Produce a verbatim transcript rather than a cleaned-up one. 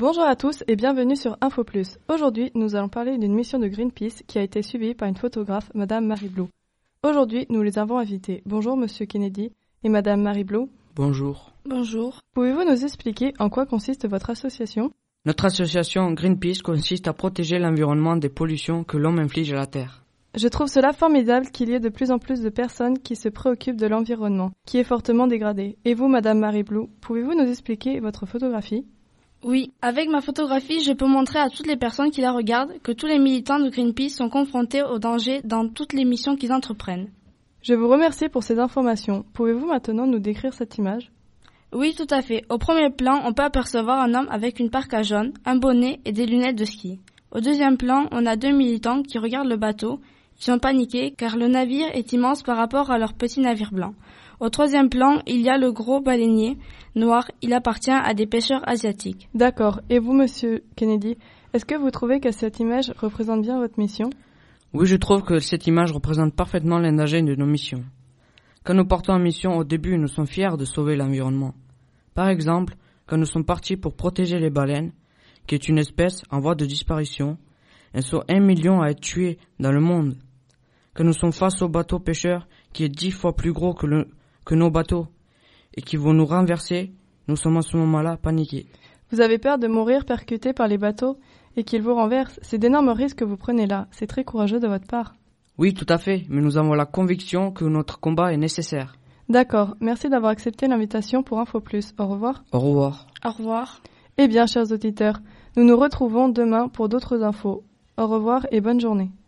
Bonjour à tous et bienvenue sur Info Plus. Aujourd'hui, nous allons parler d'une mission de Greenpeace qui a été suivie par une photographe, Madame Marie Blou. Aujourd'hui, nous les avons invités. Bonjour Monsieur Kennedy et Madame Marie Blou. Bonjour. Bonjour. Pouvez-vous nous expliquer en quoi consiste votre association ? Notre association Greenpeace consiste à protéger l'environnement des pollutions que l'homme inflige à la Terre. Je trouve cela formidable qu'il y ait de plus en plus de personnes qui se préoccupent de l'environnement, qui est fortement dégradé. Et vous, Madame Marie Blou, pouvez-vous nous expliquer votre photographie ? Oui, avec ma photographie, je peux montrer à toutes les personnes qui la regardent que tous les militants de Greenpeace sont confrontés aux dangers dans toutes les missions qu'ils entreprennent. Je vous remercie pour ces informations. Pouvez-vous maintenant nous décrire cette image ? Oui, tout à fait. Au premier plan, on peut apercevoir un homme avec une parka jaune, un bonnet et des lunettes de ski. Au deuxième plan, on a deux militants qui regardent le bateau. Ils sont paniqués car le navire est immense par rapport à leur petit navire blanc. Au troisième plan, il y a le gros baleinier noir. Il appartient à des pêcheurs asiatiques. D'accord. Et vous, Monsieur Kennedy, est-ce que vous trouvez que cette image représente bien votre mission ? Oui, je trouve que cette image représente parfaitement les dangers de nos missions. Quand nous partons en mission, au début, nous sommes fiers de sauver l'environnement. Par exemple, quand nous sommes partis pour protéger les baleines, qui est une espèce en voie de disparition, elles sont un million à être tuées dans le monde. Quand nous sommes face au bateau pêcheur, qui est dix fois plus gros que, le, que nos bateaux, et qui vont nous renverser, nous sommes à ce moment-là paniqués. Vous avez peur de mourir percuté par les bateaux et qu'ils vous renversent. C'est d'énormes risques que vous prenez là. C'est très courageux de votre part. Oui, tout à fait, mais nous avons la conviction que notre combat est nécessaire. D'accord, merci d'avoir accepté l'invitation pour Info Plus. Au revoir. Au revoir. Au revoir. Eh bien, chers auditeurs, nous nous retrouvons demain pour d'autres infos. Au revoir et bonne journée.